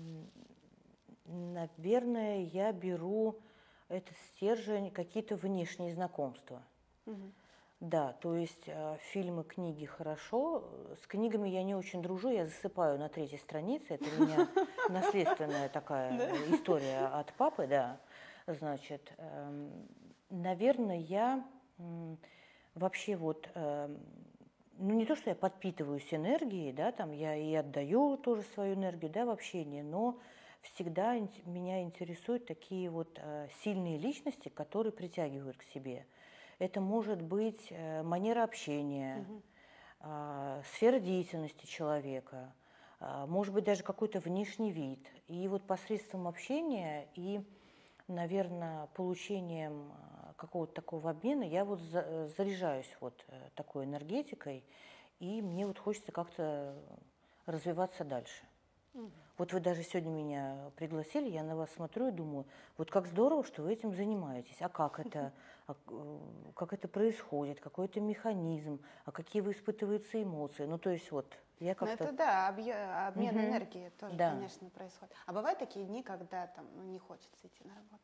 наверное, я беру этот стержень, какие-то внешние знакомства. Угу. Да, то есть э, фильмы, книги хорошо. С книгами я не очень дружу, я засыпаю на третьей странице. Это у меня наследственная такая история от папы, да. Значит, э, наверное, я э, вообще вот, э, ну не то, что я подпитываюсь энергией, да, там я и отдаю тоже свою энергию, да, в общении, но всегда меня интересуют такие вот э, сильные личности, которые притягивают к себе. Это может быть манера общения, угу. сфера деятельности человека, может быть, даже какой-то внешний вид. И вот посредством общения и, наверное, получением какого-то такого обмена я вот заряжаюсь вот такой энергетикой, и мне вот хочется как-то развиваться дальше. Угу. Вот вы даже сегодня меня пригласили, я на вас смотрю и думаю, вот как здорово, что вы этим занимаетесь. А как это, а, как это происходит, какой это механизм, а какие вы испытываете эмоции. Ну, то есть вот я как-то... Ну, это да, объ- обмен угу. энергии тоже, да. конечно, происходит. А бывают такие дни, когда там ну, не хочется идти на работу?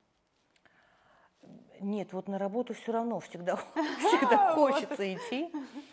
Нет, вот на работу все равно всегда, всегда хочется идти.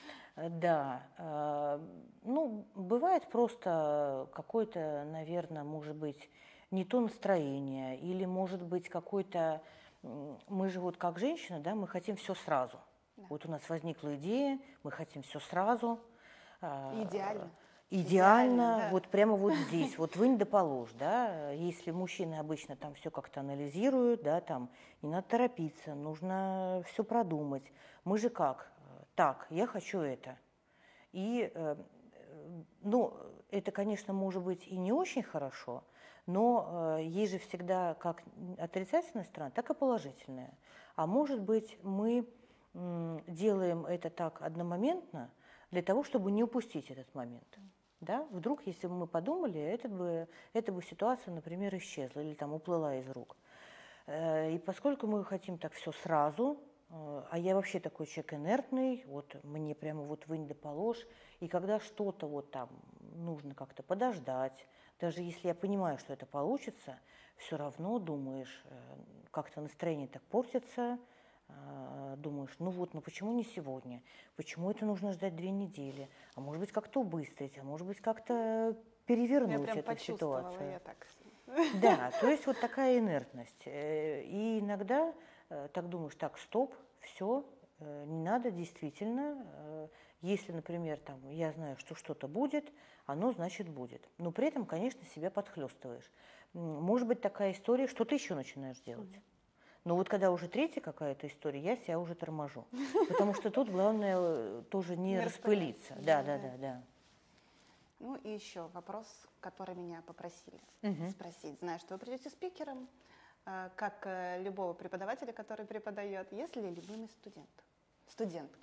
Да, ну, бывает просто какое-то, наверное, может быть, не то настроение, или, может быть, какой-то... Мы же вот как женщины, да, мы хотим все сразу. Да. Вот у нас возникла идея, мы хотим все сразу. Идеально. Идеально, Идеально да. Вот прямо вот здесь, вот вынь да положь, да. Если мужчины обычно там все как-то анализируют, да, там не надо торопиться, нужно все продумать. Мы же как? Так, я хочу это. И, ну, это, конечно, может быть и не очень хорошо, но есть же всегда как отрицательная сторона, так и положительная. А может быть, мы делаем это так одномоментно для того, чтобы не упустить этот момент. Да? Вдруг, если бы мы подумали, это бы, эта бы ситуация, например, исчезла или там уплыла из рук. И поскольку мы хотим так все сразу, а я вообще такой человек инертный, вот мне прямо вот вынь да положь, и когда что-то вот там нужно как-то подождать, даже если я понимаю, что это получится, все равно думаешь, как-то настроение так портится, думаешь, ну вот, ну почему не сегодня, почему это нужно ждать две недели, а может быть как-то убыстрить, а может быть как-то перевернуть я прям эту ситуацию. Я так... Да, то есть вот такая инертность. И иногда так думаешь, так, стоп, все, не надо действительно. Если, например, там, я знаю, что что-то будет, оно значит будет. Но при этом, конечно, себя подхлестываешь. Может быть такая история, что ты еще начинаешь делать. Но вот когда уже третья какая-то история, я себя уже торможу. Потому что тут главное тоже не, не распылиться. Да, да, да, да. Ну и еще вопрос, который меня попросили угу. спросить. Знаю, что вы придете спикером, как любого преподавателя, который преподает. Есть ли любимый студент? Студентка?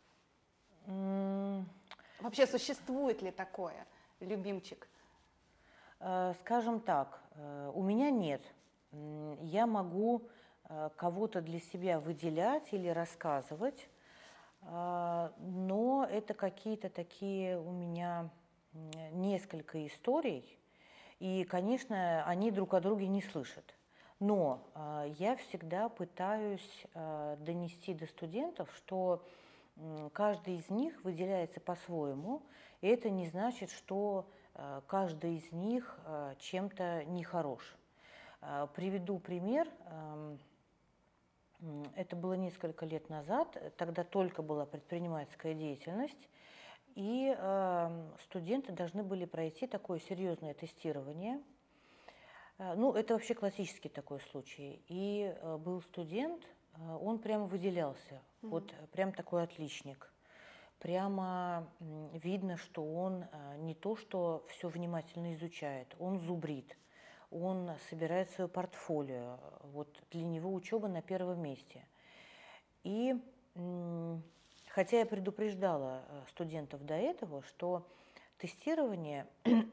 Mm. Вообще существует ли такое, любимчик? Скажем так, у меня нет. Я могу кого-то для себя выделять или рассказывать, но это какие-то такие у меня несколько историй, и, конечно, они друг о друге не слышат. Но э, я всегда пытаюсь э, донести до студентов, что э, каждый из них выделяется по-своему, и это не значит, что э, каждый из них э, чем-то нехорош. Э, приведу пример. Э, это было несколько лет назад, тогда только была предпринимательская деятельность, и э, студенты должны были пройти такое серьезное тестирование. Ну, это вообще классический такой случай. И э, был студент, э, он прямо выделялся, mm-hmm. вот прям такой отличник. Прямо э, видно, что он э, не то, что все внимательно изучает, он зубрит, он собирает свое портфолио. Вот для него учеба на первом месте. И э, хотя я предупреждала студентов до этого, что тестирование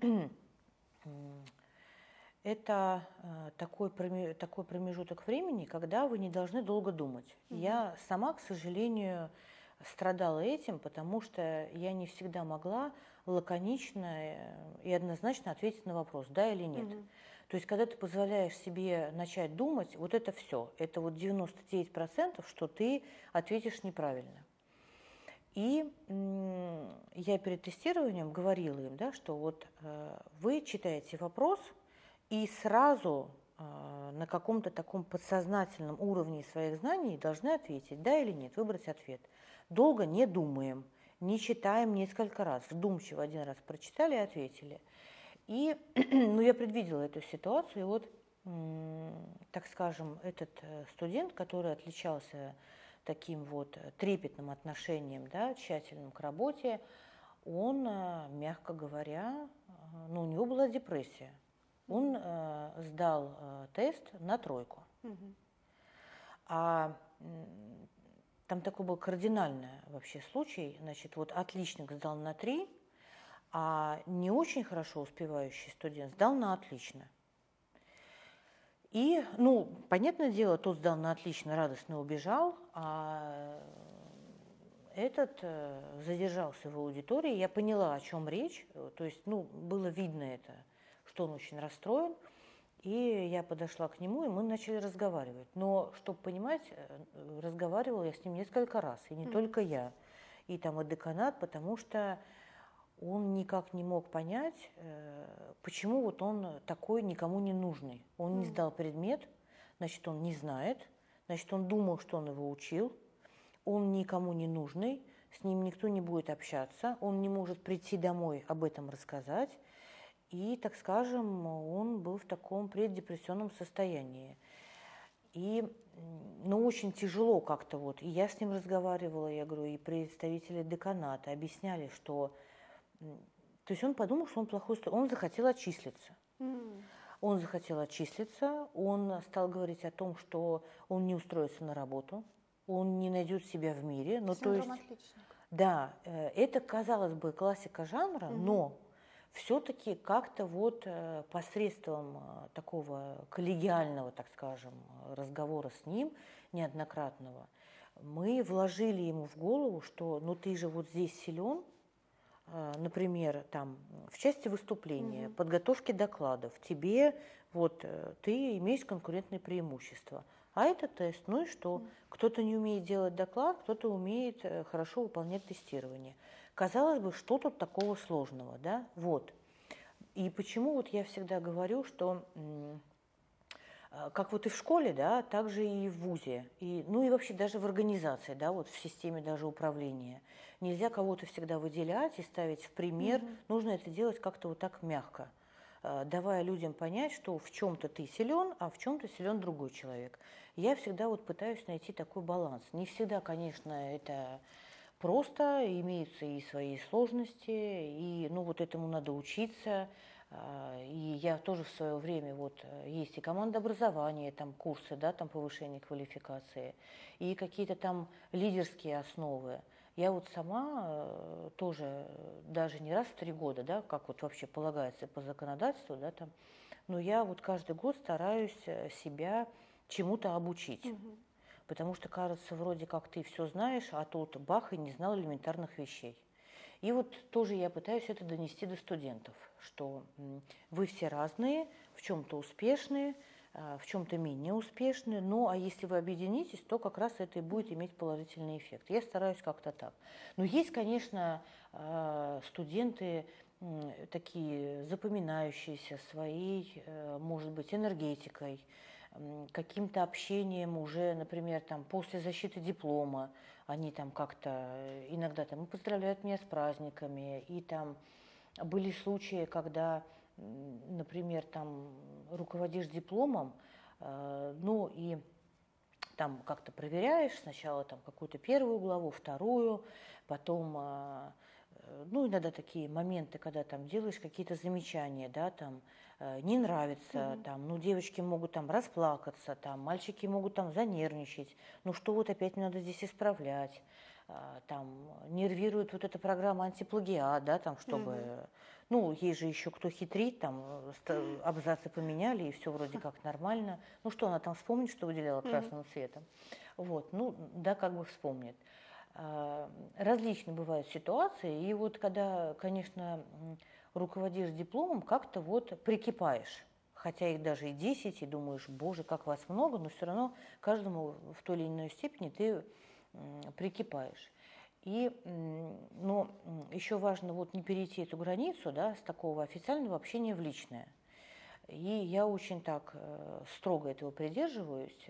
это э, такой, такой промежуток времени, когда вы не должны долго думать. Mm-hmm. Я сама, к сожалению, страдала этим, потому что я не всегда могла лаконично и однозначно ответить на вопрос, да или нет. Mm-hmm. То есть, когда ты позволяешь себе начать думать, вот это все, это вот девяносто девять процентов, что ты ответишь неправильно. И м- я перед тестированием говорила им, да, что вот э, вы читаете вопрос, и сразу э, на каком-то таком подсознательном уровне своих знаний должны ответить, да или нет, выбрать ответ. Долго не думаем, не читаем несколько раз, вдумчиво один раз прочитали и ответили. И ну, я предвидела эту ситуацию, и вот, м, так скажем, этот студент, который отличался таким вот трепетным отношением, да, тщательным к работе, он, мягко говоря, ну, у него была депрессия. Он э, сдал э, тест на тройку. Mm-hmm. А там такой был кардинальный вообще случай. Значит, вот отличник сдал на три, а не очень хорошо успевающий студент сдал на отлично. И, ну, понятное дело, тот сдал на отлично, радостно убежал, а этот э, задержался в аудитории. Я поняла, о чем речь. То есть, ну, было видно это, что он очень расстроен. И я подошла к нему, и мы начали разговаривать. Но, чтобы понимать, разговаривала я с ним несколько раз, и не mm-hmm. только я, и там и деканат, потому что он никак не мог понять, почему вот он такой никому не нужный. Он mm-hmm. не сдал предмет, значит, он не знает, значит, он думал, что он его учил, он никому не нужный, с ним никто не будет общаться, он не может прийти домой об этом рассказать. И, так скажем, он был в таком преддепрессионном состоянии. И, ну, очень тяжело как-то вот. И я с ним разговаривала, я говорю, и представители деканата объясняли, что... То есть он подумал, что он плохой студент. Он захотел отчислиться. Mm. Он захотел отчислиться, он стал говорить о том, что он не устроится на работу, он не найдет себя в мире. Ну, то есть, отличника. Да, это, казалось бы, классика жанра, mm-hmm. но... все-таки как-то вот посредством такого коллегиального, так скажем, разговора с ним неоднократного, мы вложили ему в голову, что ну ты же вот здесь силен, например, там, в части выступления, mm-hmm. подготовки докладов, тебе вот ты имеешь конкурентные преимущества. А это тест, ну и что? Mm-hmm. Кто-то не умеет делать доклад, кто-то умеет хорошо выполнять тестирование. Казалось бы, что тут такого сложного, да? Вот. И почему вот я всегда говорю, что как вот и в школе, да, так же и в вузе, и, ну и вообще даже в организации, да, вот в системе даже управления. Нельзя кого-то всегда выделять и ставить в пример, mm-hmm. нужно это делать как-то вот так мягко, давая людям понять, что в чем-то ты силен, а в чем-то силен другой человек. Я всегда вот пытаюсь найти такой баланс. Не всегда, конечно, это... Просто имеются и свои сложности, и ну, вот этому надо учиться. И я тоже в свое время, вот есть и команда образования, там курсы, да, там повышение квалификации, и какие-то там лидерские основы. Я вот сама тоже даже не раз в три года, да, как вот вообще полагается по законодательству, да, там, но я вот каждый год стараюсь себя чему-то обучить. Угу. Потому что, кажется, вроде как ты все знаешь, а тут бах, и не знал элементарных вещей. И вот тоже я пытаюсь это донести до студентов, что вы все разные, в чем-то успешные, в чем-то менее успешные, ну а если вы объединитесь, то как раз это и будет иметь положительный эффект. Я стараюсь как-то так. Но есть, конечно, студенты такие запоминающиеся своей, может быть, энергетикой, каким-то общением уже, например, там, после защиты диплома, они там как-то иногда там поздравляют меня с праздниками, и там были случаи, когда, например, там руководишь дипломом, э, ну и там как-то проверяешь сначала там какую-то первую главу, вторую, потом э, ну, иногда такие моменты, когда там делаешь какие-то замечания, да, там, э, не нравится, mm-hmm. там, ну, девочки могут там расплакаться, там, мальчики могут там занервничать, ну, что вот опять надо здесь исправлять, э, там, нервирует вот эта программа антиплагиат, да, там, чтобы, mm-hmm. ну, есть же еще кто хитрит, там, абзацы поменяли, и все вроде как нормально, ну, что она там вспомнит, что выделяла красным mm-hmm. цветом, вот, ну, да, как бы вспомнит. Различные бывают ситуации, и вот когда, конечно, руководишь дипломом, как-то вот прикипаешь, хотя их даже и десять, и думаешь, боже, как вас много, но все равно каждому в той или иной степени ты прикипаешь. И, но еще важно вот не перейти эту границу, да, с такого официального общения в личное. И я очень так строго этого придерживаюсь.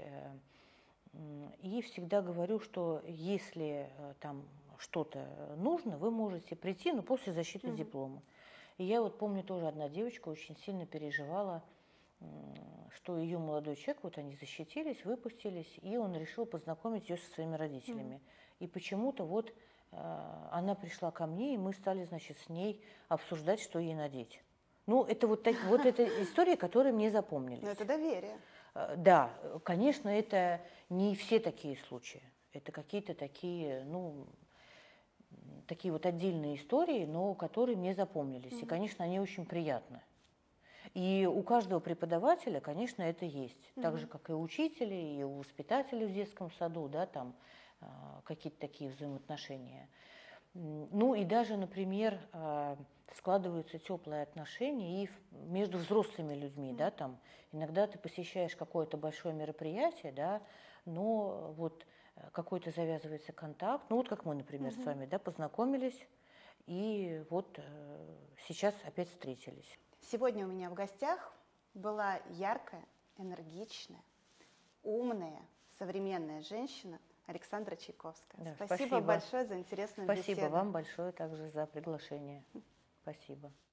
И всегда говорю, что если там что-то нужно, вы можете прийти, но после защиты mm-hmm. диплома. И я вот помню, тоже одна девочка очень сильно переживала, что ее молодой человек, вот они защитились, выпустились, и он решил познакомить ее со своими родителями. Mm-hmm. И почему-то вот э, она пришла ко мне, и мы стали, значит, с ней обсуждать, что ей надеть. Ну, это вот, так, вот эта история, которые мне запомнились. Но это доверие. Э, Да, конечно, это не все такие случаи. Это какие-то такие, ну, такие вот отдельные истории, но которые мне запомнились. И, конечно, они очень приятны. И у каждого преподавателя, конечно, это есть. Так Мгм. же, как и у учителей, и у воспитателей в детском саду, да, там а, какие-то такие взаимоотношения. М, Ну и даже, например, а, складываются теплые отношения и в- между взрослыми людьми, да, там иногда ты посещаешь какое-то большое мероприятие, да, но вот э, какой-то завязывается контакт, ну вот как мы, например, с Мгм. вами, да, познакомились и вот э, сейчас опять встретились. Сегодня у меня в гостях была яркая, энергичная, умная, современная женщина Александра Чайковская. Да, Спасибо, спасибо. большое за интересную Спасибо беседу. вам большое также за приглашение. Спасибо.